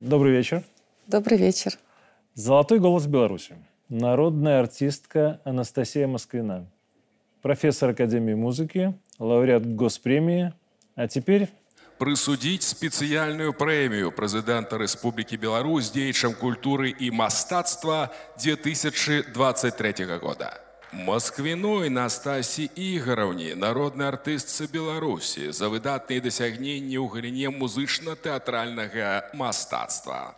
Добрый вечер. Добрый вечер. Золотой голос Беларуси. Народная артистка Анастасия Москвина. Профессор Академии музыки, лауреат Госпремии. А теперь... Прысудзіць спецыяльную прэмію прэзідэнта Рэспублікі Беларусь дзеячам культуры і мастацтва 2023 года. Москвиной Настасі Ігораўні, народнай артыстцы Беларусі, за выдатныя дасягненні ў галіне музычна-тэатральнага мастацтва.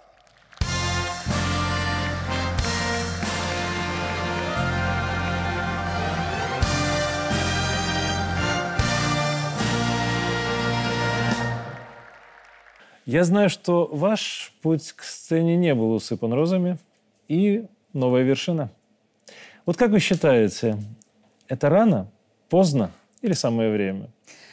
Я знаю, что ваш путь к сцене не был усыпан розами и новая вершина. Вот как вы считаете, это рано, поздно или самое время?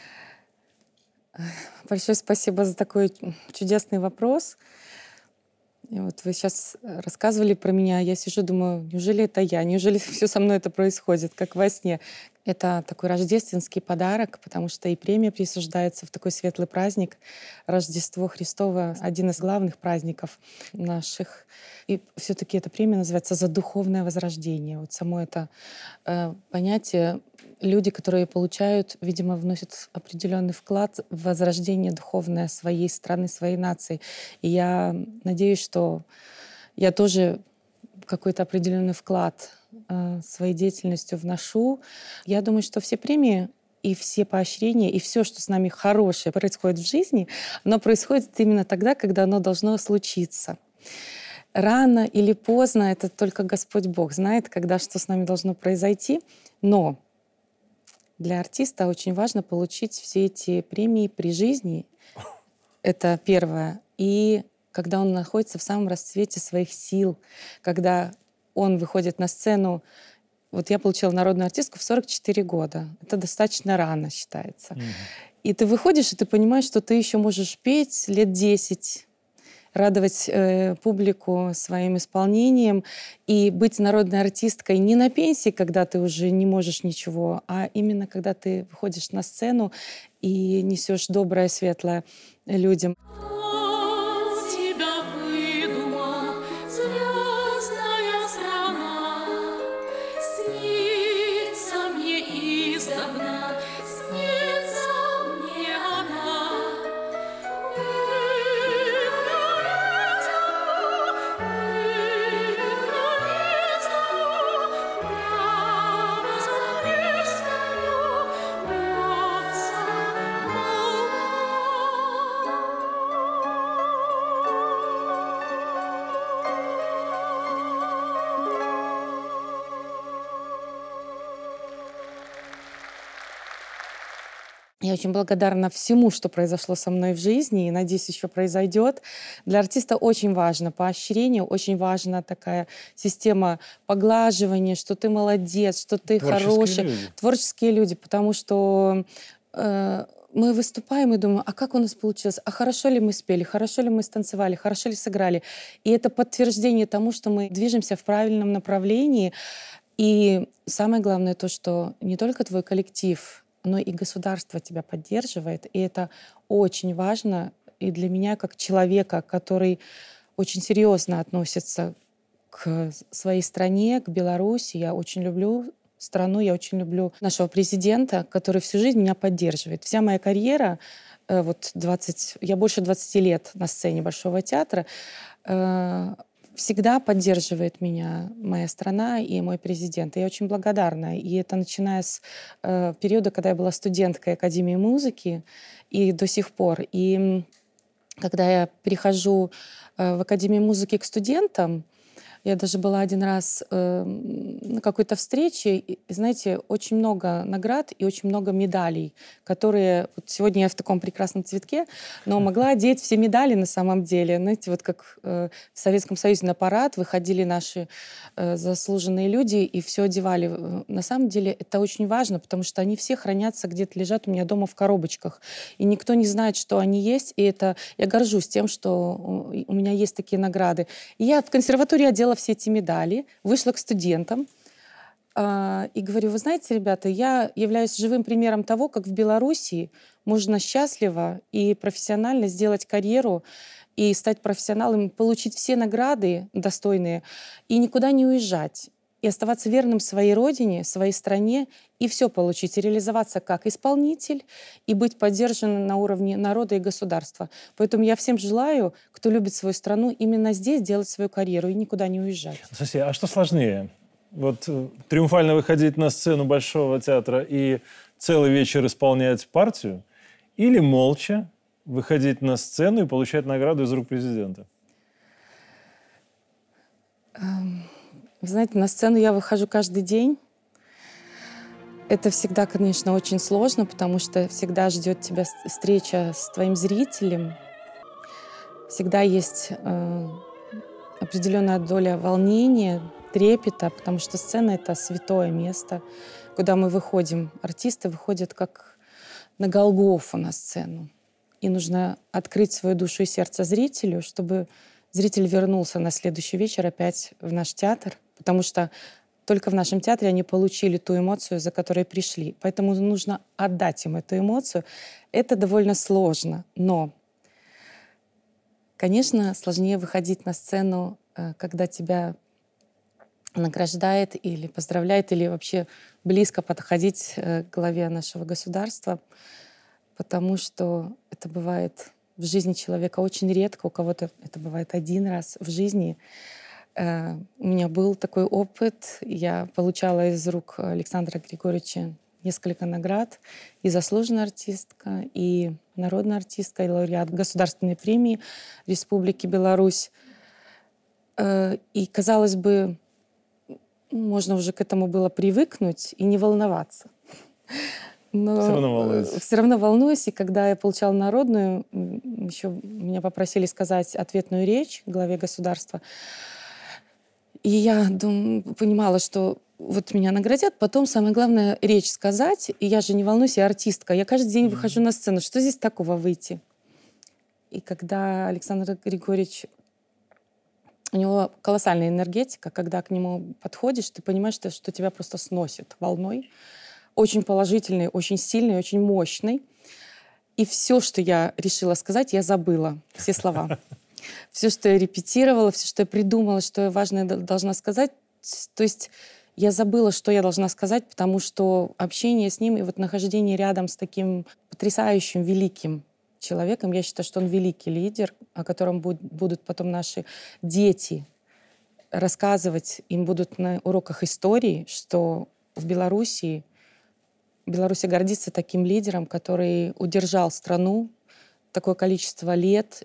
Большое спасибо за такой чудесный вопрос. И вот вы сейчас рассказывали про меня, я сижу, думаю, неужели это я? Неужели все со мной это происходит, как во сне? Это такой рождественский подарок, потому что и премия присуждается в такой светлый праздник. Рождество Христово — один из главных праздников наших. И все-таки эта премия называется «За духовное возрождение». Вот само это понятие люди, которые получают, видимо, вносят определенный вклад в возрождение духовное своей страны, своей нации. И я надеюсь, что я тоже какой-то определенный вклад своей деятельностью вношу. Я думаю, что все премии и все поощрения, и все, что с нами хорошее происходит в жизни, оно происходит именно тогда, когда оно должно случиться. Рано или поздно — это только Господь Бог знает, когда что с нами должно произойти. Но для артиста очень важно получить все эти премии при жизни. Это первое. И когда он находится в самом расцвете своих сил, когда он выходит на сцену. Вот я получила народную артистку в 44 года. Это достаточно рано считается. И ты выходишь, и ты понимаешь, что ты еще можешь петь лет 10, радовать публику своим исполнением и быть народной артисткой не на пенсии, когда ты уже не можешь ничего, а именно когда ты выходишь на сцену и несешь доброе, светлое людям. Я очень благодарна всему, что произошло со мной в жизни, и, надеюсь, еще произойдет. Для артиста очень важно поощрение, очень важна такая система поглаживания, что ты молодец, что ты хороший. Творческие люди, потому что мы выступаем и думаем, а как у нас получилось? А хорошо ли мы спели? Хорошо ли мы станцевали? Хорошо ли сыграли? И это подтверждение тому, что мы движемся в правильном направлении. И самое главное то, что не только твой коллектив, но и государство тебя поддерживает. И это очень важно и для меня, как человека, который очень серьезно относится к своей стране, к Беларуси. Я очень люблю страну, я очень люблю нашего президента, который всю жизнь меня поддерживает. Вся моя карьера, я больше 20 лет на сцене Большого театра, всегда поддерживает меня моя страна и мой президент. И я очень благодарна. И это начиная с периода, когда я была студенткой Академии музыки, и до сих пор. И когда я перехожу в Академию музыки к студентам, я даже была один раз на какой-то встрече, и, знаете, очень много наград и очень много медалей, которые... Вот сегодня я в таком прекрасном цветке, но могла одеть все медали на самом деле. Знаете, вот как в Советском Союзе на парад выходили наши заслуженные люди и все одевали. На самом деле это очень важно, потому что они все хранятся, где-то лежат у меня дома в коробочках. И никто не знает, что они есть. И это я горжусь тем, что у меня есть такие награды. И я в консерватории одела все эти медали, вышла к студентам и говорю, вы знаете, ребята, я являюсь живым примером того, как в Белоруссии можно счастливо и профессионально сделать карьеру и стать профессионалом, получить все награды достойные и никуда не уезжать. И оставаться верным своей родине, своей стране, и все получить, и реализоваться как исполнитель, и быть поддержанным на уровне народа и государства. Поэтому я всем желаю, кто любит свою страну, именно здесь делать свою карьеру и никуда не уезжать. Анастасия, а что сложнее? Вот триумфально выходить на сцену Большого театра и целый вечер исполнять партию, или молча выходить на сцену и получать награду из рук президента? Вы знаете, на сцену я выхожу каждый день. Это всегда, конечно, очень сложно, потому что всегда ждет тебя встреча с твоим зрителем. Всегда есть определенная доля волнения, трепета, потому что сцена — это святое место, куда мы выходим. Артисты выходят как на Голгофу на сцену. И нужно открыть свою душу и сердце зрителю, чтобы зритель вернулся на следующий вечер опять в наш театр, потому что только в нашем театре они получили ту эмоцию, за которой пришли. Поэтому нужно отдать им эту эмоцию. Это довольно сложно, но, конечно, сложнее выходить на сцену, когда тебя награждает или поздравляет, или вообще близко подходить к главе нашего государства, потому что это бывает в жизни человека очень редко, у кого-то это бывает один раз в жизни. У меня был такой опыт. Я получала из рук Александра Григорьевича несколько наград. И заслуженная артистка, и народная артистка, и лауреат Государственной премии Республики Беларусь. И, казалось бы, можно уже к этому было привыкнуть и не волноваться. Но все равно волнуюсь. И когда я получала народную, еще меня попросили сказать ответную речь главе государства. И я понимала, что вот меня наградят, потом самое главное — речь сказать. И я же не волнуюсь, я артистка. Я каждый день выхожу на сцену. Что здесь такого выйти? И когда Александр Григорьевич... У него колоссальная энергетика. Когда к нему подходишь, ты понимаешь, что тебя просто сносит волной. Очень положительный, очень сильный, очень мощный. И все, что я решила сказать, я забыла. Все слова. Все, что я репетировала, все, что я придумала, что я важное должна сказать. То есть я забыла, что я должна сказать, потому что общение с ним и вот нахождение рядом с таким потрясающим, великим человеком, я считаю, что он великий лидер, о котором будут потом наши дети рассказывать, им будут на уроках истории, что в Белоруссия гордится таким лидером, который удержал страну такое количество лет,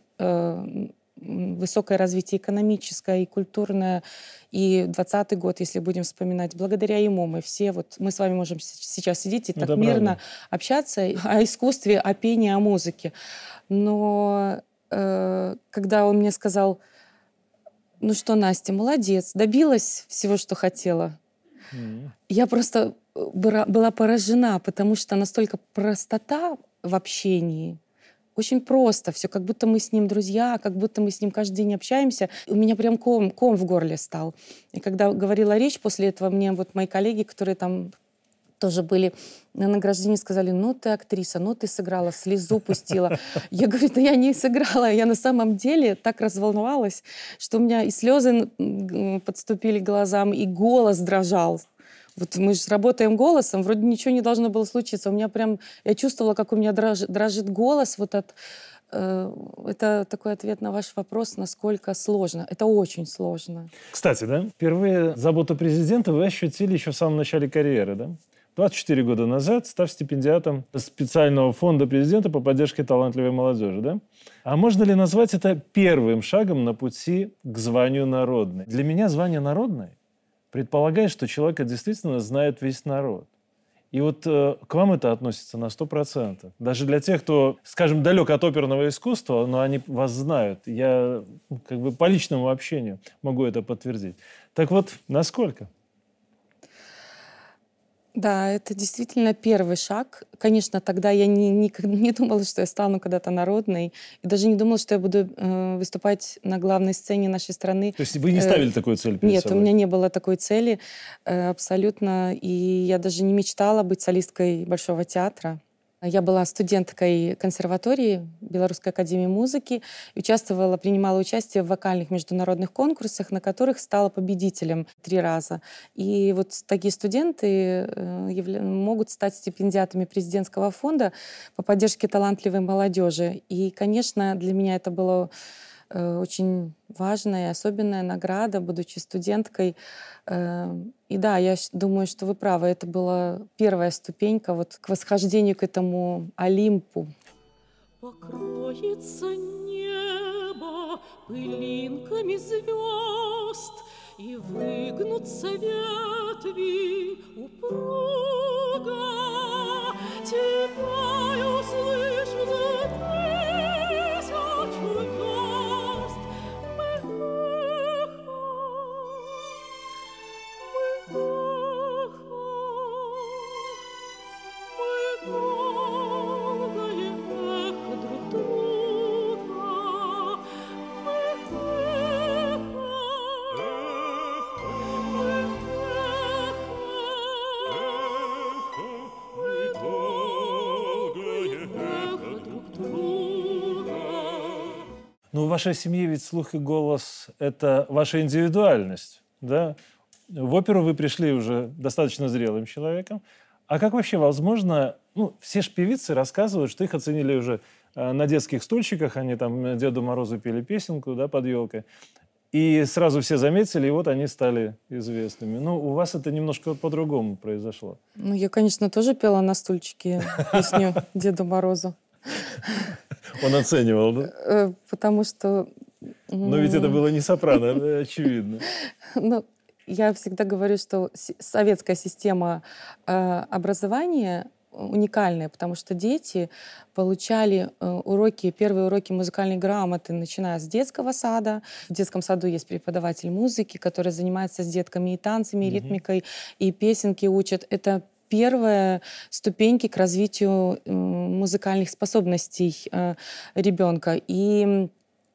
высокое развитие экономическое и культурное. И 2020 год, если будем вспоминать, благодаря ему мы с вами можем сейчас сидеть и так мирно общаться о искусстве, о пении, о музыке. Но когда он мне сказал: ну что, Настя, молодец, добилась всего, что хотела. Я просто была поражена, потому что настолько простота в общении. Очень просто все, как будто мы с ним друзья, как будто мы с ним каждый день общаемся. У меня прям ком в горле стал. И когда говорила речь после этого, мне вот мои коллеги, которые там тоже были на награждении, сказали: ну ты актриса, ну ты сыграла, слезу пустила. Я говорю: да я не сыграла, я на самом деле так разволновалась, что у меня и слезы подступили к глазам, и голос дрожал. Вот мы же работаем голосом, вроде ничего не должно было случиться. У меня прям, я чувствовала, как у меня дрожит голос. Вот это такой ответ на ваш вопрос, насколько сложно. Это очень сложно. Кстати, да, впервые заботу президента вы ощутили еще в самом начале карьеры, да? 24 года назад, став стипендиатом специального фонда президента по поддержке талантливой молодежи, да? А можно ли назвать это первым шагом на пути к званию народной? Для меня звание народной предполагает, что человека действительно знает весь народ. И вот к вам это относится на 100%. Даже для тех, кто, скажем, далек от оперного искусства, но они вас знают. Я как бы по личному общению могу это подтвердить. Так вот, насколько? Да, это действительно первый шаг. Конечно, тогда я не думала, что я стану когда-то народной. И даже не думала, что я буду выступать на главной сцене нашей страны. То есть вы не ставили такую цель перед собой? Нет, у меня не было такой цели абсолютно. И я даже не мечтала быть солисткой Большого театра. Я была студенткой консерватории Белорусской академии музыки, принимала участие в вокальных международных конкурсах, на которых стала победителем 3 раза. И вот такие студенты могут стать стипендиатами президентского фонда по поддержке талантливой молодежи. И, конечно, для меня это было очень важная и особенная награда, будучи студенткой. И да, я думаю, что вы правы, это была первая ступенька вот к восхождению к этому Олимпу. Покроется небо пылинками звезд, и выгнутся ветви упруга. Тебя я услышу за 1000 верст. Ну, в вашей семье ведь слух и голос – это ваша индивидуальность, да? В оперу вы пришли уже достаточно зрелым человеком. А как вообще возможно… Ну, все ж певицы рассказывают, что их оценили уже на детских стульчиках, они там Деду Морозу пели песенку, да, под елкой. И сразу все заметили, и вот они стали известными. Ну, у вас это немножко по-другому произошло. Ну, я, конечно, тоже пела на стульчике песню Деду Морозу. Он оценивал, да? Потому что… Но ведь это было не сопрано, очевидно. Ну, я всегда говорю, что советская система образования уникальная, потому что дети получали первые уроки музыкальной грамоты, начиная с детского сада. В детском саду есть преподаватель музыки, который занимается с детками и танцами, и ритмикой, и песенки учат. Это первые ступеньки к развитию музыкальных способностей ребенка. И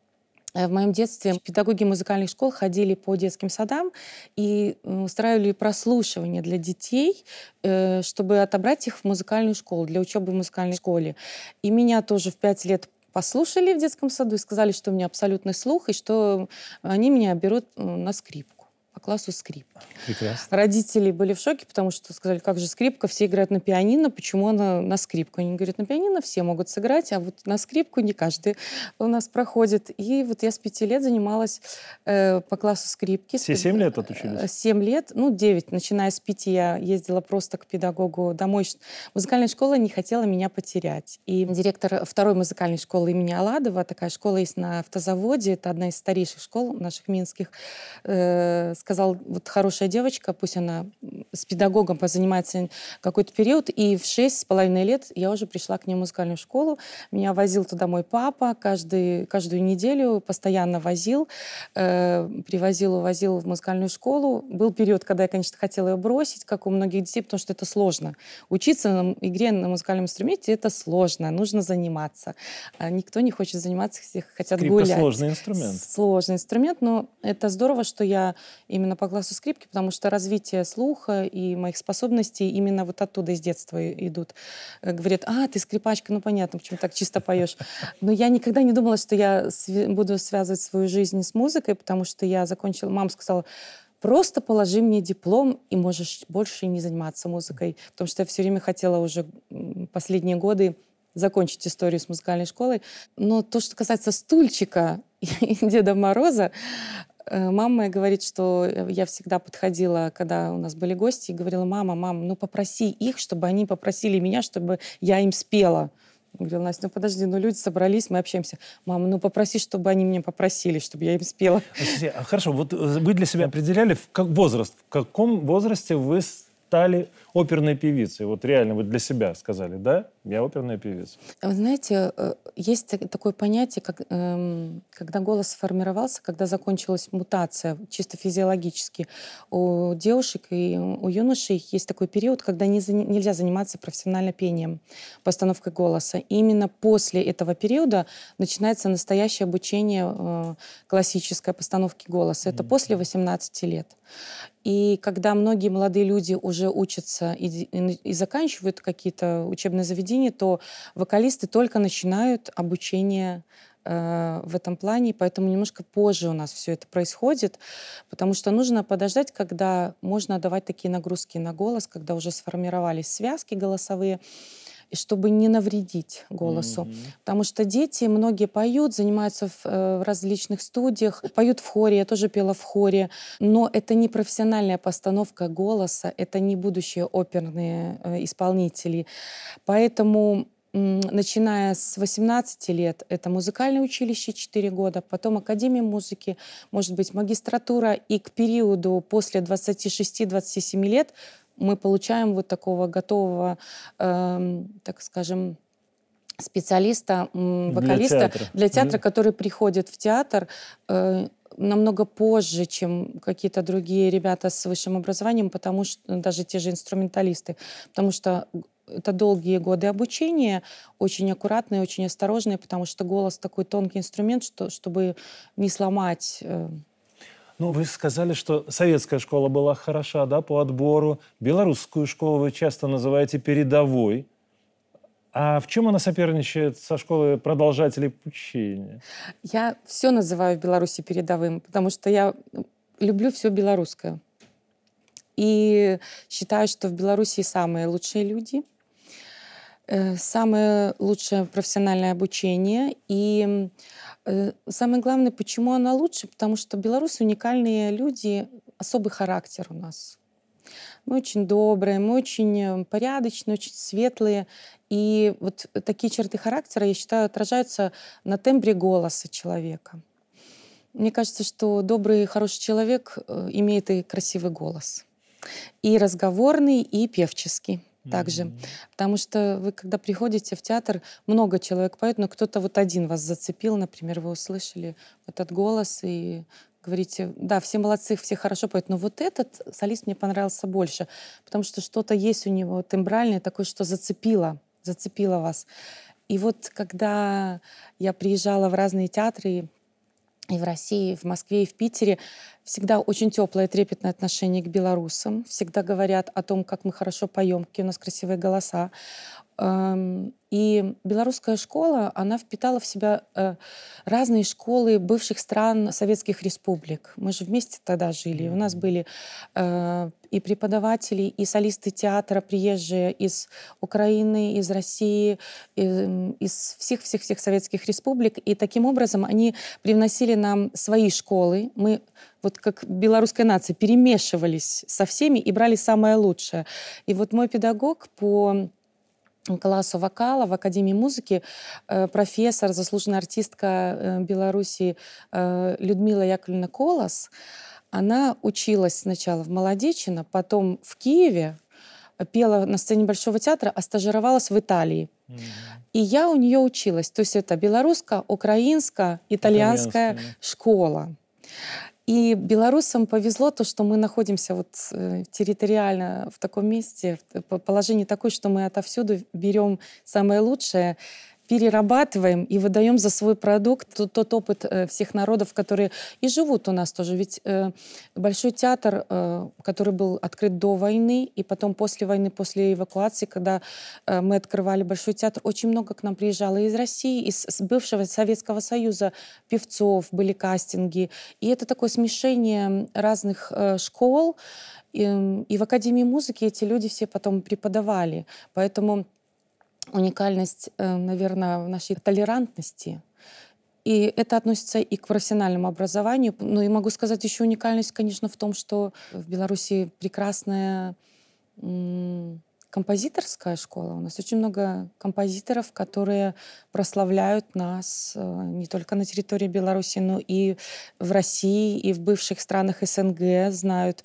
в моем детстве педагоги музыкальных школ ходили по детским садам и устраивали прослушивание для детей, чтобы отобрать их в музыкальную школу, для учебы в музыкальной школе. И меня тоже в 5 лет послушали в детском саду и сказали, что у меня абсолютный слух, и что они меня берут на скрипку, по классу скрипки. Прекрасно. Родители были в шоке, потому что сказали, как же скрипка, все играют на пианино, почему она на скрипку? Они говорят, на пианино все могут сыграть, а вот на скрипку не каждый у нас проходит. И вот я с 5 лет занималась по классу скрипки. Все 7 лет отучились? 7 лет, 9. Начиная с 5 я ездила просто к педагогу домой. Музыкальная школа не хотела меня потерять. И директор второй музыкальной школы имени Аладова, такая школа есть на автозаводе, это одна из старейших школ наших минских, сказал, вот хорошая девочка, пусть она с педагогом позанимается какой-то период, и в 6,5 лет я уже пришла к ней в музыкальную школу. Меня возил туда мой папа каждую неделю, постоянно возил, привозил, увозил в музыкальную школу. Был период, когда я, конечно, хотела ее бросить, как у многих детей, потому что это сложно. Учиться на игре на музыкальном инструменте — это сложно, нужно заниматься. Никто не хочет заниматься, все хотят гулять. Скрипка — сложный инструмент. Сложный инструмент, но это здорово, что я именно по классу скрипки, потому что развитие слуха и моих способностей именно вот оттуда, из детства идут. Говорят, ты скрипачка, ну понятно, почему так чисто поешь. Но я никогда не думала, что я буду связывать свою жизнь с музыкой, потому что я закончила, мама сказала, просто положи мне диплом, и можешь больше не заниматься музыкой. Потому что я все время хотела уже последние годы закончить историю с музыкальной школой. Но то, что касается стульчика и Деда Мороза, мама моя говорит, что я всегда подходила, когда у нас были гости, и говорила, мама, ну попроси их, чтобы они попросили меня, чтобы я им спела. Я говорила, Настя, ну подожди, люди собрались, мы общаемся. Мама, ну попроси, чтобы они меня попросили, чтобы я им спела. Хорошо, вот вы для себя определяли возраст. В каком возрасте вы стали оперной певицей? Вот реально вы для себя сказали, да, я оперная певица. Вы знаете, есть такое понятие, когда голос сформировался, когда закончилась мутация, чисто физиологически. У девушек и у юношей есть такой период, когда нельзя заниматься профессионально пением, постановкой голоса. И именно после этого периода начинается настоящее обучение классической постановки голоса. Это после 18 лет. И когда многие молодые люди уже учатся учатся и заканчивают какие-то учебные заведения, то вокалисты только начинают обучение в этом плане, поэтому немножко позже у нас все это происходит, потому что нужно подождать, когда можно давать такие нагрузки на голос, когда уже сформировались связки голосовые, и чтобы не навредить голосу. Потому что дети, многие поют, занимаются в различных студиях, поют в хоре, я тоже пела в хоре, но это не профессиональная постановка голоса, это не будущие оперные исполнители. Поэтому начиная с 18 лет, это музыкальное училище 4 года, потом академия музыки, может быть, магистратура, и к периоду после 26-27 лет мы получаем вот такого готового, так скажем, специалиста, вокалиста для театра, который приходит в театр намного позже, чем какие-то другие ребята с высшим образованием, потому что даже те же инструменталисты, потому что это долгие годы обучения, очень аккуратные, очень осторожные, потому что голос такой тонкий инструмент, что, чтобы не сломать. Ну, вы сказали, что советская школа была хороша, да, по отбору. Белорусскую школу вы часто называете передовой. А в чем она соперничает со школой продолжателей обучения? Я все называю в Беларуси передовым, потому что я люблю все белорусское. И считаю, что в Беларуси самые лучшие люди, самое лучшее профессиональное обучение. И самое главное, почему она лучше, потому что белорусы уникальные люди, особый характер у нас. Мы очень добрые, мы очень порядочные, очень светлые. И вот такие черты характера, я считаю, отражаются на тембре голоса человека. Мне кажется, что добрый, хороший человек имеет и красивый голос. И разговорный, и певческий также. Потому что вы, когда приходите в театр, много человек поет, но кто-то вот один вас зацепил, например, вы услышали этот голос и говорите, да, все молодцы, все хорошо поют, но вот этот солист мне понравился больше, потому что что-то есть у него тембральное, такое, что зацепило вас. И вот когда я приезжала в разные театры, и в России, и в Москве, и в Питере, всегда очень теплое, трепетное отношение к белорусам. Всегда говорят о том, как мы хорошо поем, какие у нас красивые голоса. И белорусская школа, она впитала в себя разные школы бывших стран советских республик. Мы же вместе тогда жили. У нас были и преподаватели, и солисты театра, приезжие из Украины, из России, из всех-всех-всех советских республик. И таким образом они привносили нам свои школы. Мы вот как белорусская нация перемешивались со всеми и брали самое лучшее. И вот мой педагог по классу вокала в Академии музыки, профессор, заслуженная артистка Беларуси Людмила Яковлевна Колос, она училась сначала в Молодечино, потом в Киеве, пела на сцене Большого театра, а стажировалась в Италии. И я у нее училась. То есть это белорусская, украинская, итальянская школа. И белорусам повезло то, что мы находимся вот территориально в таком месте, в положении такое, что мы отовсюду берем самое лучшее, перерабатываем и выдаем за свой продукт тот опыт всех народов, которые и живут у нас тоже. Ведь Большой театр, который был открыт до войны, и потом после войны, после эвакуации, когда мы открывали Большой театр, очень много к нам приезжало из России, из бывшего Советского Союза певцов, были кастинги. И это такое смешение разных школ. И в Академии музыки эти люди все потом преподавали. Поэтому уникальность, наверное, в нашей толерантности. И это относится и к профессиональному образованию. Но и могу сказать еще уникальность, конечно, в том, что в Беларуси прекрасная композиторская школа. У нас очень много композиторов, которые прославляют нас не только на территории Беларуси, но и в России, и в бывших странах СНГ знают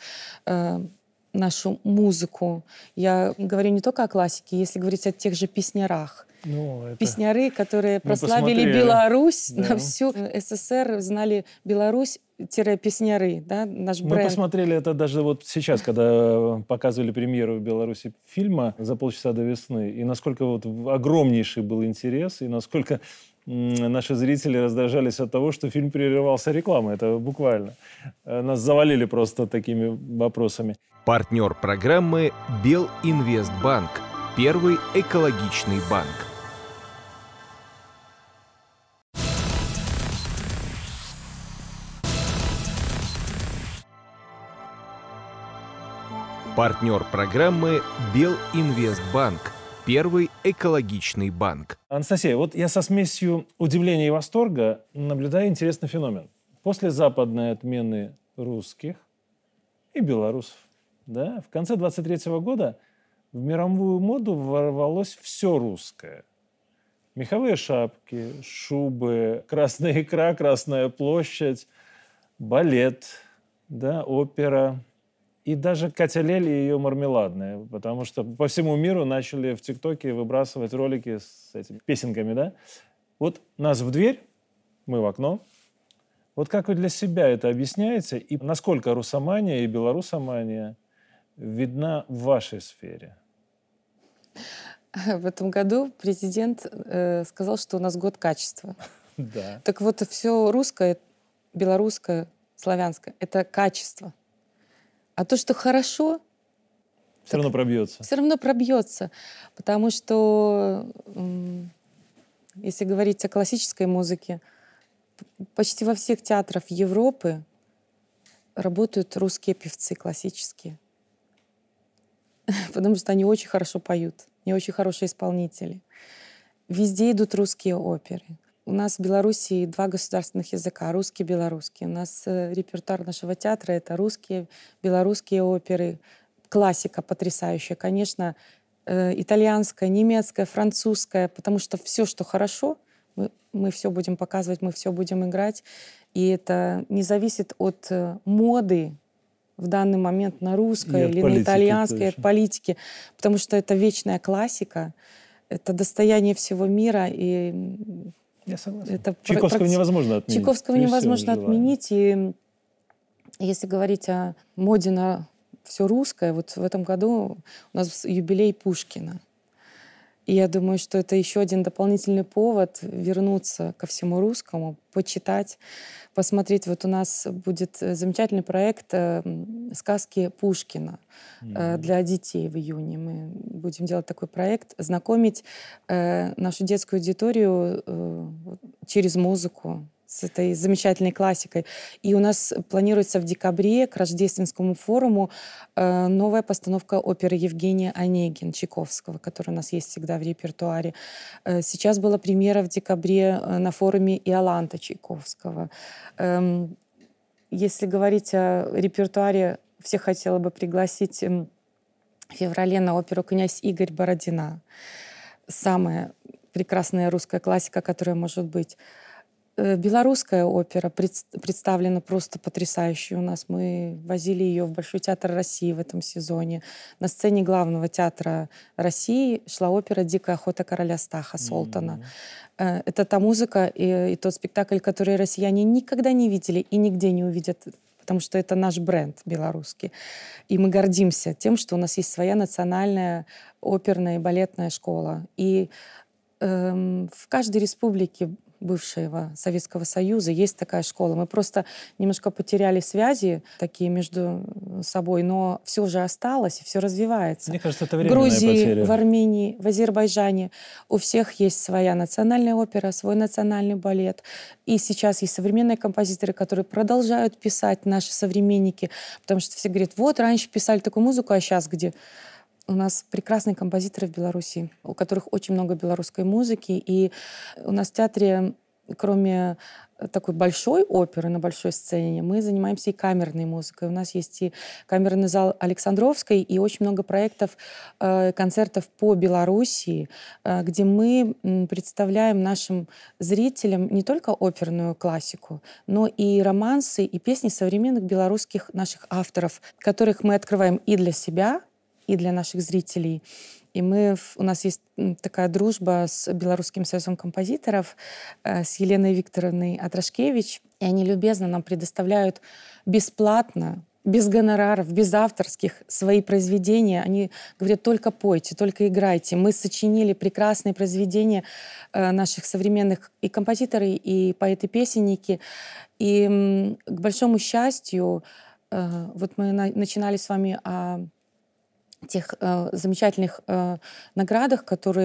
нашу музыку. Я говорю не только о классике, если говорить о тех же песнярах. Песняры, которые прославили Беларусь на всю СССР, знали Беларусь-песняры, да, наш бренд. Мы посмотрели это даже вот сейчас, когда показывали премьеру в Беларуси фильма «За полчаса до весны», и насколько вот огромнейший был интерес, и насколько наши зрители раздражались от того, что фильм прерывался рекламой. Это буквально. Нас завалили просто такими вопросами. Партнер программы Белинвестбанк. Первый экологичный банк. Партнер программы Белинвестбанк. Первый экологичный банк. Анастасия, вот я со смесью удивления и восторга наблюдаю интересный феномен. После западной отмены русских и белорусов, да, в конце 23 года в мировую моду ворвалось все русское. Меховые шапки, шубы, красная икра, Красная площадь, балет, да, опера. И даже Катя Лель и ее мармеладная, потому что по всему миру начали в ТикТоке выбрасывать ролики с этими песенками, да? Вот нас в дверь, мы в окно. Вот как вы для себя это объясняете? И насколько русомания и белорусомания видна в вашей сфере? В этом году президент сказал, что у нас год качества. Да. Так вот, все русское, белорусское, славянское — это качество. А то, что хорошо, Все равно пробьется. все равно пробьется. Потому что, если говорить о классической музыке, почти во всех театрах Европы работают русские певцы классические. Потому что они очень хорошо поют, они очень хорошие исполнители. Везде идут русские оперы. У нас в Беларуси 2 государственных языка — русский и белорусский. У нас репертуар нашего театра — это русские, белорусские оперы. Классика потрясающая. Конечно, итальянская, немецкая, французская, потому что все, что хорошо, мы все будем показывать, мы все будем играть. И это не зависит от моды в данный момент на русское или на итальянское, от политики, потому что это вечная классика, это достояние всего мира. И я согласен. это Чайковского невозможно отменить. Чайковского невозможно отменить. И если говорить о моде на все русское, вот в этом году у нас юбилей Пушкина. И я думаю, что это еще один дополнительный повод вернуться ко всему русскому, почитать, посмотреть. Вот у нас будет замечательный проект «Сказки Пушкина» для детей в июне. Мы будем делать такой проект, знакомить нашу детскую аудиторию через музыку с этой замечательной классикой. И у нас планируется в декабре к Рождественскому форуму новая постановка оперы Евгения Онегин Чайковского, которая у нас есть всегда в репертуаре. Сейчас была премьера в декабре на форуме Иоланта Чайковского. Если говорить о репертуаре, всех хотела бы пригласить в феврале на оперу «Князь Игорь Бородина». Самая прекрасная русская классика, которая может быть. Белорусская опера представлена просто потрясающе. У нас мы возили ее в Большой театр России в этом сезоне. На сцене главного театра России шла опера «Дикая охота короля Стаха» Солтона. Это та музыка и тот спектакль, который россияне никогда не видели и нигде не увидят, потому что это наш бренд белорусский. И мы гордимся тем, что у нас есть своя национальная оперная и балетная школа. И в каждой республике бывшего Советского Союза есть такая школа. Мы просто немножко потеряли связи такие между собой, но все же осталось и все развивается. Мне кажется, это В временная Грузии, потеря. в Армении, в Азербайджане у всех есть своя национальная опера, свой национальный балет. И сейчас есть современные композиторы, которые продолжают писать, наши современники, потому что все говорят, вот раньше писали такую музыку, а сейчас где? У нас прекрасные композиторы в Беларуси, у которых очень много белорусской музыки. И у нас в театре, кроме такой большой оперы на большой сцене, мы занимаемся и камерной музыкой. У нас есть и камерный зал Александровской, и очень много проектов, концертов по Белоруссии, где мы представляем нашим зрителям не только оперную классику, но и романсы, и песни современных белорусских наших авторов, которых мы открываем и для себя, и для наших зрителей. И у нас есть такая дружба с Белорусским союзом композиторов, с Еленой Викторовной Атрашкевич. И они любезно нам предоставляют бесплатно без гонораров, без авторских свои произведения. Они говорят, только пойте, только играйте. Мы сочинили прекрасные произведения наших современных и композиторы, и поэты-песенники. И к большому счастью, вот мы начинали с вами о тех замечательных наградах,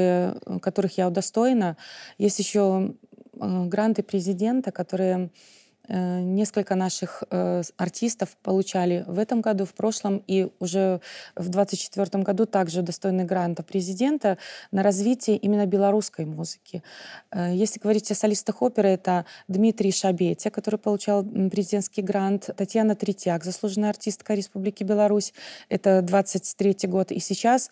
которых я удостоена. Есть еще гранты президента, которые несколько наших артистов получали в этом году, в прошлом, и уже в 2024 году также удостоены гранта президента на развитие именно белорусской музыки. Если говорить о солистах оперы, это Дмитрий Шабетя, который получал президентский грант, Татьяна Третьяк, заслуженная артистка Республики Беларусь, это 23 год. И сейчас,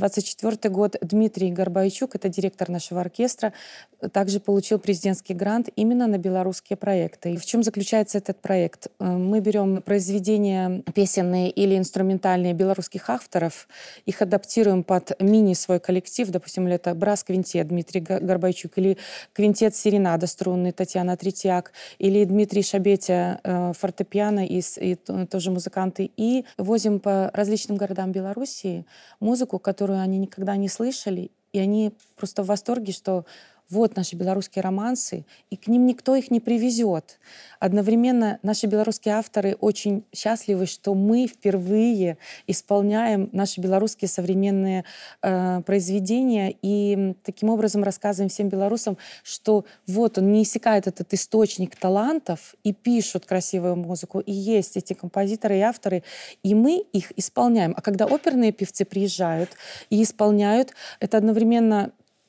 24 год, Дмитрий Горбайчук, это директор нашего оркестра, также получил президентский грант именно на белорусские проекты. И в чем заключается этот проект? Мы берем произведения песенные или инструментальные белорусских авторов, их адаптируем под мини-свой коллектив, допустим, это брас-квинтет Дмитрий Горбайчук, или квинтет серенада струнный Татьяна Третьяк, или Дмитрий Шабетя фортепиано и тоже музыканты. И возим по различным городам Белоруссии музыку, которую они никогда не слышали, и они просто в восторге, что вот наши белорусские романсы, и к ним никто их не привезет. Одновременно наши белорусские авторы очень счастливы, что мы впервые исполняем наши белорусские современные произведения и таким образом рассказываем всем белорусам, что вот он не иссякает, этот источник талантов, и пишут красивую музыку, и есть эти композиторы и авторы, и мы их исполняем. А когда оперные певцы приезжают и исполняют, это одновременно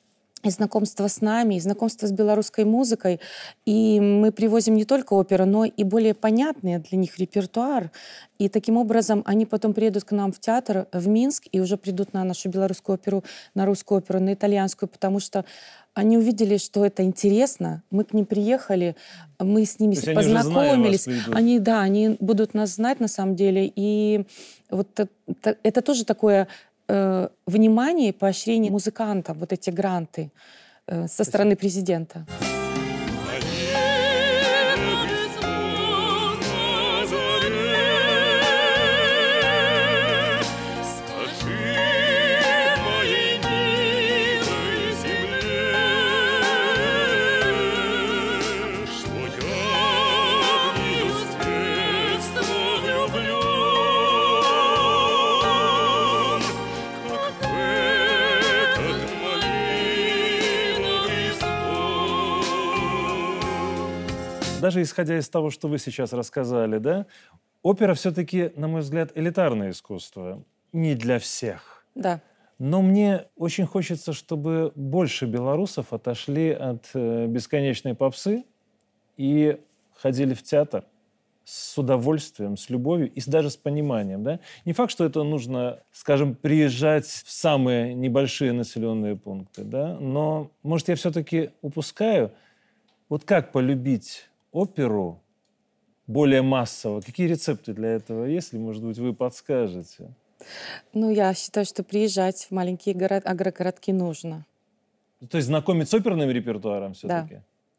и знакомство с нами, и знакомство с белорусской музыкой. И мы привозим не только оперу, но и более понятный для них репертуар. И таким образом они потом приедут к нам в театр, в Минск, и уже придут на нашу белорусскую оперу, на русскую оперу, на итальянскую, потому что они увидели, что это интересно. Мы к ним приехали, мы с ними познакомились. Они будут нас знать на самом деле. И вот это тоже такое внимание и поощрение музыкантам, вот эти гранты со стороны президента. Даже исходя из того, что вы сейчас рассказали, да, опера все-таки, на мой взгляд, элитарное искусство. Не для всех. Да. Но мне очень хочется, чтобы больше белорусов отошли от бесконечной попсы и ходили в театр с удовольствием, с любовью и даже с пониманием. Да? Не факт, что это нужно, скажем, приезжать в самые небольшие населенные пункты, да? Но, может, я все-таки упускаю. Вот как полюбить оперу более массово? Какие рецепты для этого есть? Может быть, вы подскажете? Ну, я считаю, что приезжать в маленькие агрогородки нужно. То есть знакомить с оперным репертуаром все-таки? Да.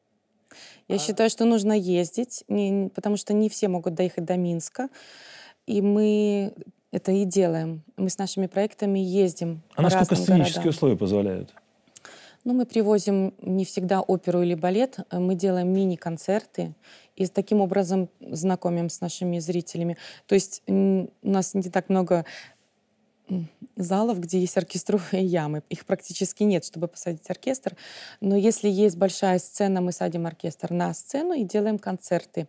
Я считаю, что нужно ездить, потому что не все могут доехать до Минска. И мы это и делаем. Мы с нашими проектами ездим по разным насколько сценические городам. условия позволяют? Ну, мы привозим не всегда оперу или балет, мы делаем мини-концерты и таким образом знакомим с нашими зрителями. То есть у нас не так много залов, где есть оркестровые ямы. Их практически нет, чтобы посадить оркестр. Но если есть большая сцена, мы садим оркестр на сцену и делаем концерты.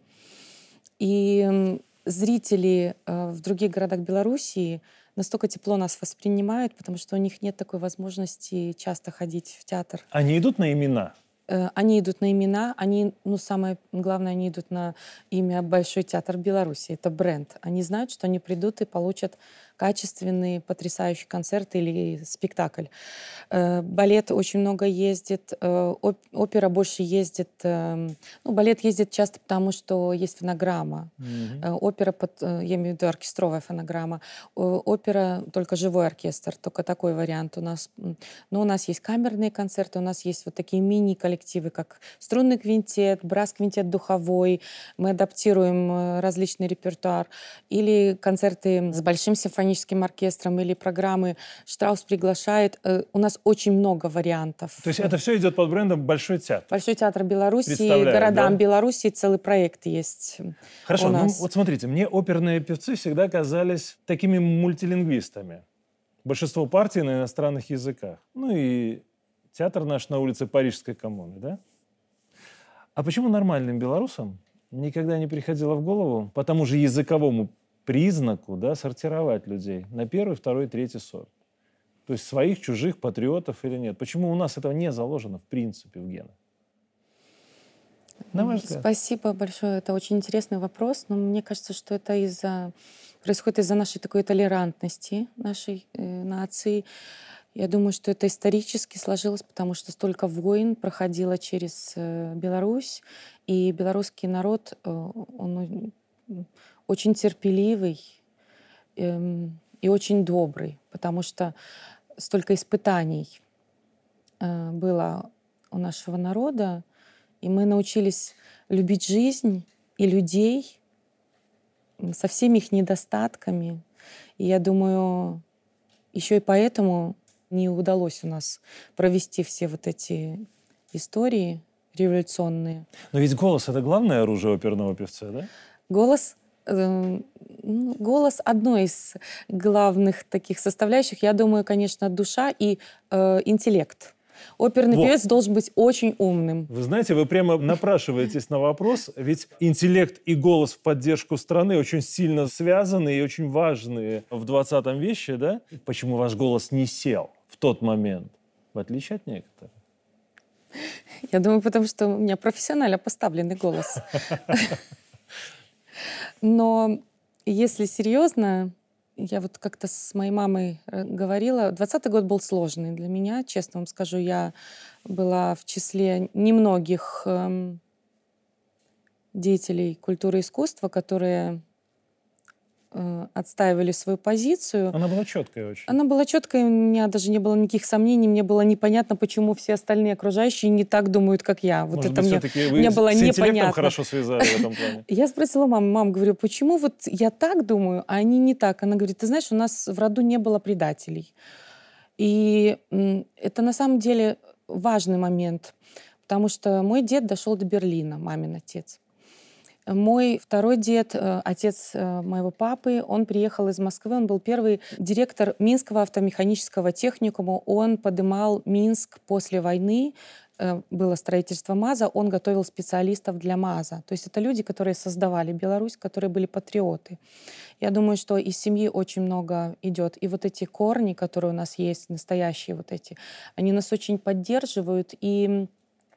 И зрители в других городах Белоруссии настолько тепло нас воспринимают, потому что у них нет такой возможности часто ходить в театр. Они идут на имена? Они идут на имена, самое главное, они идут на имя Большой театр Беларуси. Это бренд. Они знают, что они придут и получат качественный, потрясающий концерт или спектакль. Балет очень много ездит, опера больше ездит. Балет ездит часто потому, что есть фонограмма. Опера, я имею в виду оркестровая фонограмма. Опера только живой оркестр, только такой вариант у нас. Но у нас есть камерные концерты, у нас есть вот такие мини-коллективы, как струнный квинтет, брас-квинтет духовой. Мы адаптируем различный репертуар. Или концерты с большим симфоническим оркестром, или программы «Штраус приглашает». У нас очень много вариантов. То есть это все идет под брендом «Большой театр». Большой театр Беларуси, Представляю, городам да? Беларуси целый проект есть. Хорошо, у ну нас. вот смотрите, мне оперные певцы всегда казались такими мультилингвистами. Большинство партий на иностранных языках. Ну и театр наш на улице Парижской коммуны, да? А почему нормальным белорусам никогда не приходило в голову по тому же языковому признаку, да, сортировать людей на первый, второй, третий сорт? То есть своих, чужих, патриотов или нет? Почему у нас этого не заложено в принципе в генах? На ваш взгляд? Спасибо большое. Это очень интересный вопрос, но мне кажется, что это происходит из-за нашей такой толерантности, нашей нации. Я думаю, что это исторически сложилось, потому что столько войн проходило через Беларусь, и белорусский народ, он очень терпеливый и очень добрый, потому что столько испытаний было у нашего народа, и мы научились любить жизнь и людей со всеми их недостатками. И я думаю, еще и поэтому не удалось у нас провести все вот эти истории революционные. Но ведь голос — это главное оружие оперного певца, да? Голос одно из главных таких составляющих. Я думаю, конечно, душа и интеллект. Оперный певец должен быть очень умным. Вы знаете, вы прямо напрашиваетесь на вопрос, ведь интеллект и голос в поддержку страны очень сильно связаны и очень важные в 20 веке, да? Почему ваш голос не сел в тот момент, в отличие от некоторых? Я думаю, потому что у меня профессионально поставленный голос. Но если серьезно, я вот как-то с моей мамой говорила, 20-й год был сложный для меня, честно вам скажу. Я была в числе немногих деятелей культуры и искусства, которые отстаивали свою позицию. Она была четкая очень. Она была четкая, у меня даже не было никаких сомнений, мне было непонятно, почему все остальные окружающие не так думают, как я. Вот Может это быть, мне все-таки вы было с интеллектом непонятно. хорошо связали в этом плане? Я спросила маму, говорю, почему вот я так думаю, а они не так? Она говорит, ты знаешь, у нас в роду не было предателей. И это на самом деле важный момент, потому что мой дед дошел до Берлина, мамин отец. Мой второй дед, отец моего папы, он приехал из Москвы, он был первый директор Минского автомеханического техникума. Он подымал Минск после войны, было строительство МАЗа, он готовил специалистов для МАЗа. То есть это люди, которые создавали Беларусь, которые были патриоты. Я думаю, что из семьи очень много идет. И вот эти корни, которые у нас есть, настоящие вот эти, они нас очень поддерживают и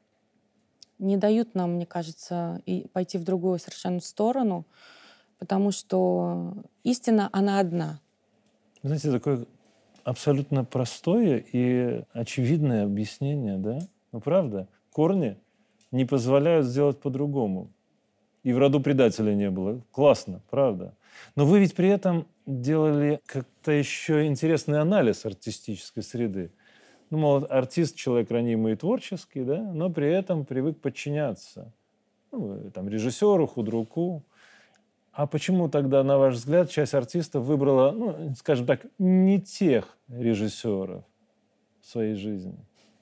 не дают нам, мне кажется, и пойти в другую совершенно сторону, потому что истина, она одна. Знаете, такое абсолютно простое и очевидное объяснение, да? Ну, правда, корни не позволяют сделать по-другому. И в роду предателя не было. Классно, правда. Но вы ведь при этом делали как-то еще интересный анализ артистической среды. Ну, мол, артист — человек ранимый и творческий, да, но при этом привык подчиняться там, режиссеру, худруку. А почему тогда, на ваш взгляд, часть артистов выбрала, скажем так, не тех режиссеров в своей жизни?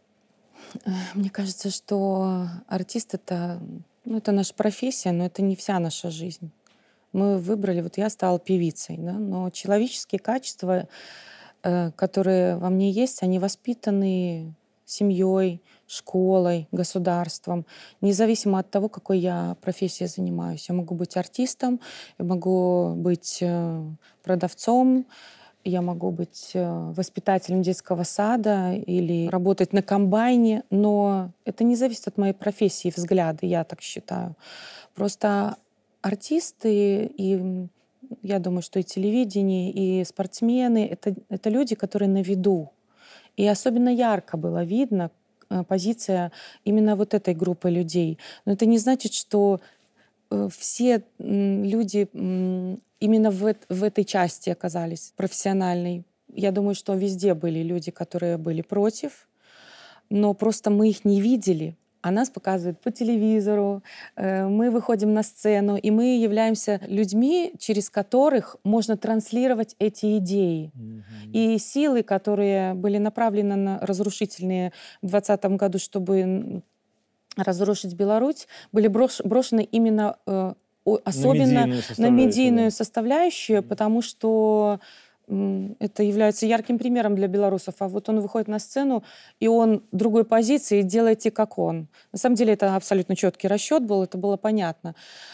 Мне кажется, что артист — это наша профессия, но это не вся наша жизнь. Мы выбрали, вот я стала певицей, да, но человеческие качества, которые во мне есть, они воспитаны семьей, школой, государством, независимо от того, какой я профессией занимаюсь. Я могу быть артистом, я могу быть продавцом, я могу быть воспитателем детского сада или работать на комбайне, но это не зависит от моей профессии, взгляда, я так считаю. Просто артисты и Я думаю, что и телевидение, и спортсмены это люди, которые на виду. И особенно ярко было видно позиция именно вот этой группы людей. Но это не значит, что все люди именно в этой части оказались профессиональной. Я думаю, что везде были люди, которые были против, но просто мы их не видели. А нас показывают по телевизору, мы выходим на сцену, и мы являемся людьми, через которых можно транслировать эти идеи. И силы, которые были направлены на разрушительные в 2020 году, чтобы разрушить Беларусь, были брошены именно особенно на медийную составляющую, потому что это является ярким примером для белорусов. А вот он выходит на сцену, и он другой позиции, делайте как он. На самом деле это абсолютно четкий расчет был, это было понятно.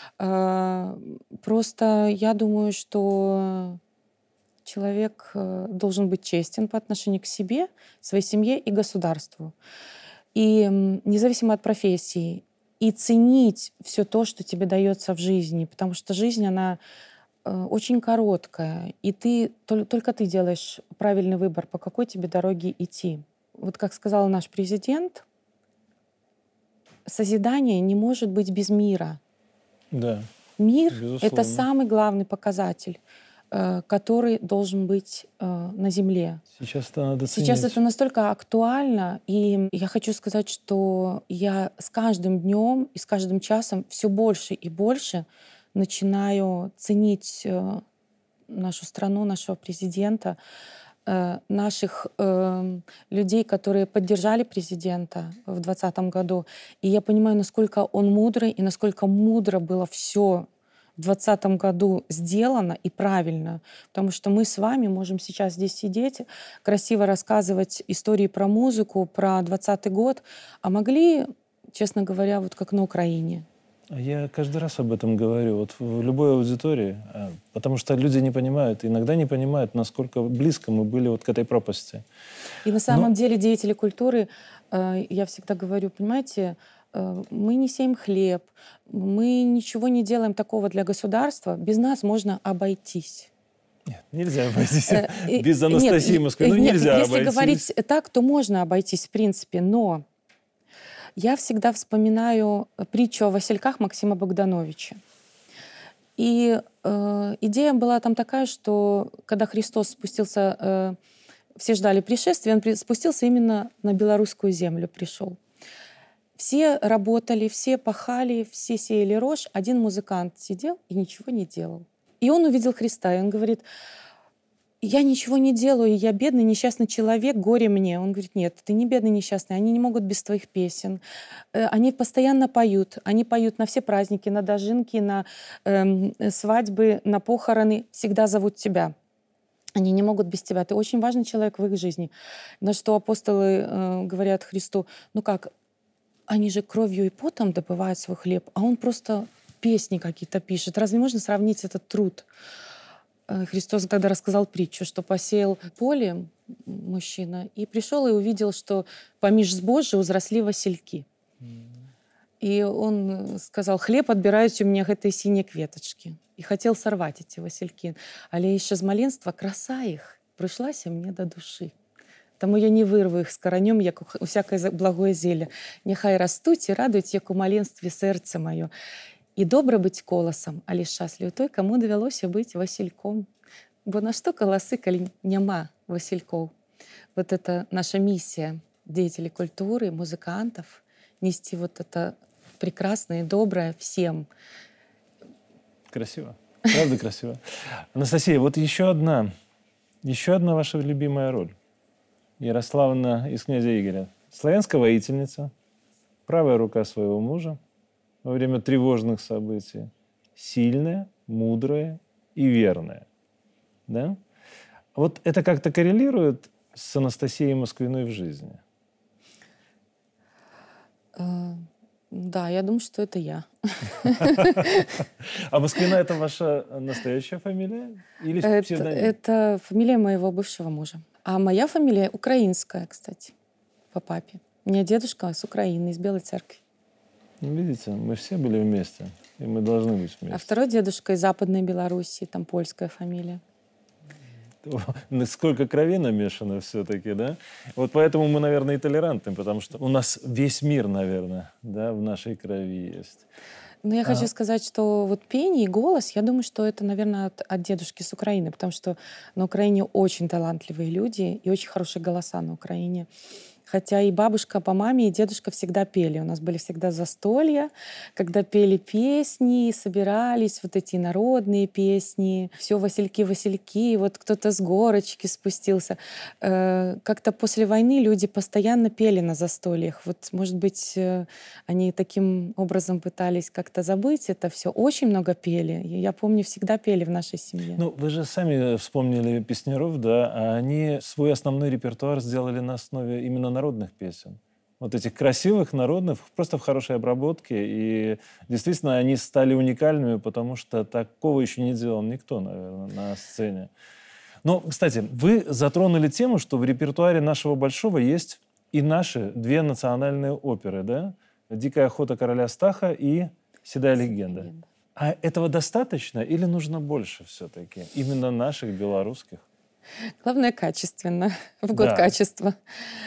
Просто я думаю, что человек должен быть честен по отношению к себе, своей семье и государству. И независимо от профессии. И ценить все то, что тебе дается в жизни. Потому что жизнь, она очень короткая, и только ты делаешь правильный выбор, по какой тебе дороге идти. Вот как сказал наш президент, созидание не может быть без мира. Да, Мир безусловно. — это самый главный показатель, который должен быть на Земле. Сейчас это надо ценить. Сейчас это настолько актуально, и я хочу сказать, что я с каждым днем и с каждым часом все больше и больше начинаю ценить нашу страну, нашего президента, наших людей, которые поддержали президента в 2020 году. И я понимаю, насколько он мудрый и насколько мудро было все в 2020 году сделано и правильно. Потому что мы с вами можем сейчас здесь сидеть, красиво рассказывать истории про музыку, про 2020 год, а могли, честно говоря, вот как на Украине. Я каждый раз об этом говорю, вот в любой аудитории, потому что люди не понимают, иногда не понимают, насколько близко мы были вот к этой пропасти. И на самом деле деятели культуры, я всегда говорю, понимаете, мы не сеем хлеб, мы ничего не делаем такого для государства, без нас можно обойтись. Нет, нельзя обойтись. Без Анастасии Москвиной нельзя обойтись. Если говорить так, то можно обойтись в принципе, но я всегда вспоминаю притчу о Васильках Максима Богдановича. И идея была там такая, что когда Христос спустился, все ждали пришествия, он спустился именно на белорусскую землю, пришел. Все работали, все пахали, все сеяли рожь. Один музыкант сидел и ничего не делал. И он увидел Христа, и он говорит: я ничего не делаю, я бедный, несчастный человек, горе мне. Он говорит: нет, ты не бедный, несчастный, они не могут без твоих песен. Они постоянно поют, они поют на все праздники, на дожинки, на свадьбы, на похороны, всегда зовут тебя. Они не могут без тебя, ты очень важный человек в их жизни. На что апостолы говорят Христу: ну как, они же кровью и потом добывают свой хлеб, а он просто песни какие-то пишет. Разве можно сравнить этот труд? Христос тогда рассказал притчу, что посеял поле мужчина и пришел и увидел, что помеж збожжа узросли васильки. И он сказал: хлеб отбираюць у меня гэтай синей кветочки. И хотел сорвать эти васильки. Але еще з маленства краса их прышлася мне до души. Таму я не вырву их с коронем, як у всякое благое зелье. Няхай растуць и радуюць, як у маленстве сердце мое. І добра быць коласам, але шчаслівы той, каму давялося быць васильком. Бо на што каласы, калі няма васильков? Вот это наша миссия деятелей культуры, музыкантов, нести вот это прекрасное и доброе всем. Красиво. Правда красиво. Анастасия, вот еще одна ваша любимая роль. Ярославна из «Князя Игоря». Славянская воительница, правая рука своего мужа во время тревожных событий. Сильная, мудрая и верная. Да? Вот это как-то коррелирует с Анастасией Москвиной в жизни? Да, я думаю, что это я. А Москвина — это ваша настоящая фамилия? Или псевдоним? Это фамилия моего бывшего мужа. А моя фамилия украинская, кстати, по папе. У меня дедушка с Украины, из Белой Церкви. Видите, мы все были вместе. и мы должны быть А вместе. второй дедушка из Западной Белоруссии, там польская фамилия. Сколько крови намешано все-таки, да? Вот поэтому мы, наверное, и толерантны, потому что у нас весь мир, наверное, да, в нашей крови есть. Но я хочу сказать, что вот пение и голос, я думаю, что это, наверное, от дедушки с Украины, потому что на Украине очень талантливые люди и очень хорошие голоса на Украине. Хотя и бабушка по маме, и дедушка всегда пели. У нас были всегда застолья, когда пели песни, собирались вот эти народные песни. Все васильки, вот кто-то с горочки спустился. Как-то после войны люди постоянно пели на застольях. Вот, может быть, они таким образом пытались как-то забыть это все. Очень много пели. Я помню, всегда пели в нашей семье. Ну, вы же сами вспомнили песняров, да, а они свой основной репертуар сделали на основе именно народных песен. Вот этих красивых, народных, просто в хорошей обработке. И действительно, они стали уникальными, потому что такого еще не делал никто, наверное, на сцене. Но, кстати, вы затронули тему, что в репертуаре нашего Большого есть и наши две национальные оперы, да? «Дикая охота короля Стаха» и «Седая легенда». А этого достаточно или нужно больше все-таки? Именно наших, белорусских? Главное, качественно, в год Да. качества.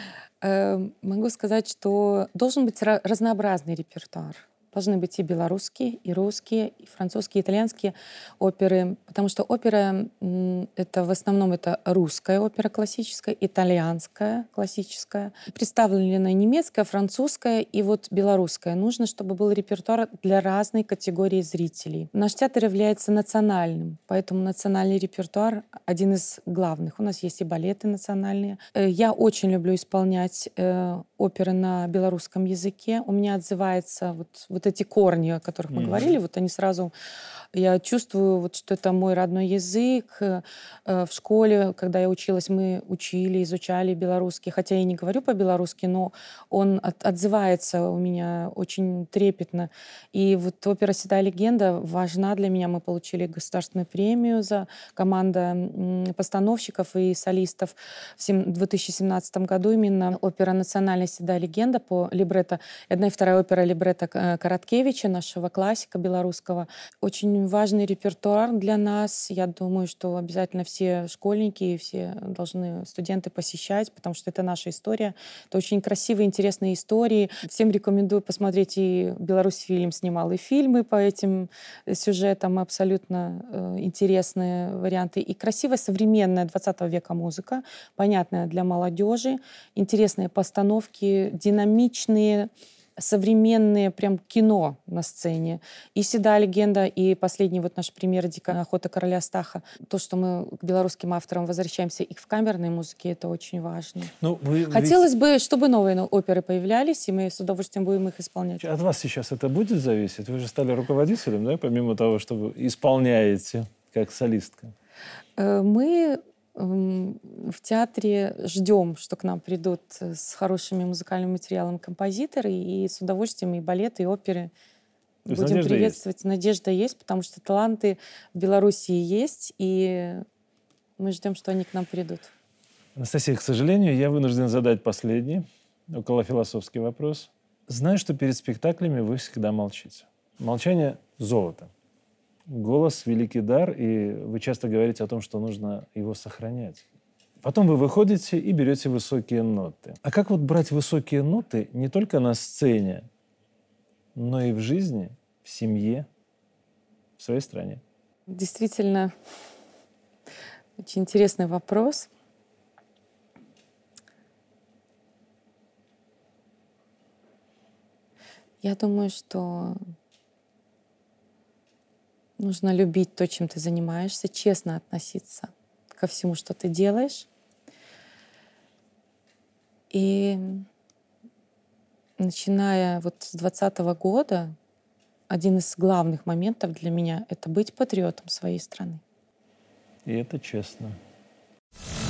Могу сказать, что должен быть разнообразный репертуар. Должны быть и белорусские, и русские, и французские, и итальянские оперы, потому что опера это в основном это русская опера классическая, итальянская классическая, представлена немецкая, французская и вот белорусская. Нужно, чтобы был репертуар для разной категории зрителей. Наш театр является национальным, поэтому национальный репертуар один из главных. У нас есть и балеты национальные. Я очень люблю исполнять оперы на белорусском языке. У меня отзывается вот эти корни, о которых мы говорили, вот они сразу... Я чувствую, вот, что это мой родной язык. В школе, когда я училась, мы учили, изучали белорусский. Хотя я не говорю по-белорусски, но он отзывается у меня очень трепетно. И вот опера «Седая легенда» важна для меня. Мы получили государственную премию за команда постановщиков и солистов в 2017 году. Именно опера «Национальная седая легенда» по либретто. Одна и вторая опера либретто Короткевича, нашего классика белорусского. Очень важный репертуар для нас. Я думаю, что обязательно все школьники и все должны студенты посещать, потому что это наша история. Это очень красивые, интересные истории. Всем рекомендую посмотреть. И Беларусьфильм снимал и фильмы по этим сюжетам, абсолютно интересные варианты. И красивая, современная 20 века музыка, понятная для молодежи, интересные постановки, динамичные, современные прям кино на сцене. И «Седая легенда», и последний вот наш пример «Дикая охота короля Стаха». То, что мы к белорусским авторам возвращаемся и в камерной музыке, это очень важно. Ну, Хотелось бы, чтобы новые оперы появлялись, и мы с удовольствием будем их исполнять. От вас сейчас это будет зависеть? Вы же стали руководителем, да, помимо того, что вы исполняете как солистка. Мы в театре ждем, что к нам придут с хорошими музыкальным материалом композиторы, и с удовольствием и балеты, и оперы То есть будем надежда приветствовать. есть? Надежда есть, потому что таланты в Белоруссии есть, и мы ждем, что они к нам придут. Анастасия, к сожалению, я вынужден задать последний, околофилософский вопрос. Знаю, что перед спектаклями вы всегда молчите. Молчание – золото. Голос – великий дар, и вы часто говорите о том, что нужно его сохранять. Потом вы выходите и берете высокие ноты. А как вот брать высокие ноты не только на сцене, но и в жизни, в семье, в своей стране? Действительно, очень интересный вопрос. Я думаю, что нужно любить то, чем ты занимаешься, честно относиться ко всему, что ты делаешь. И начиная вот с 2020 года, один из главных моментов для меня — это быть патриотом своей страны. И это честно.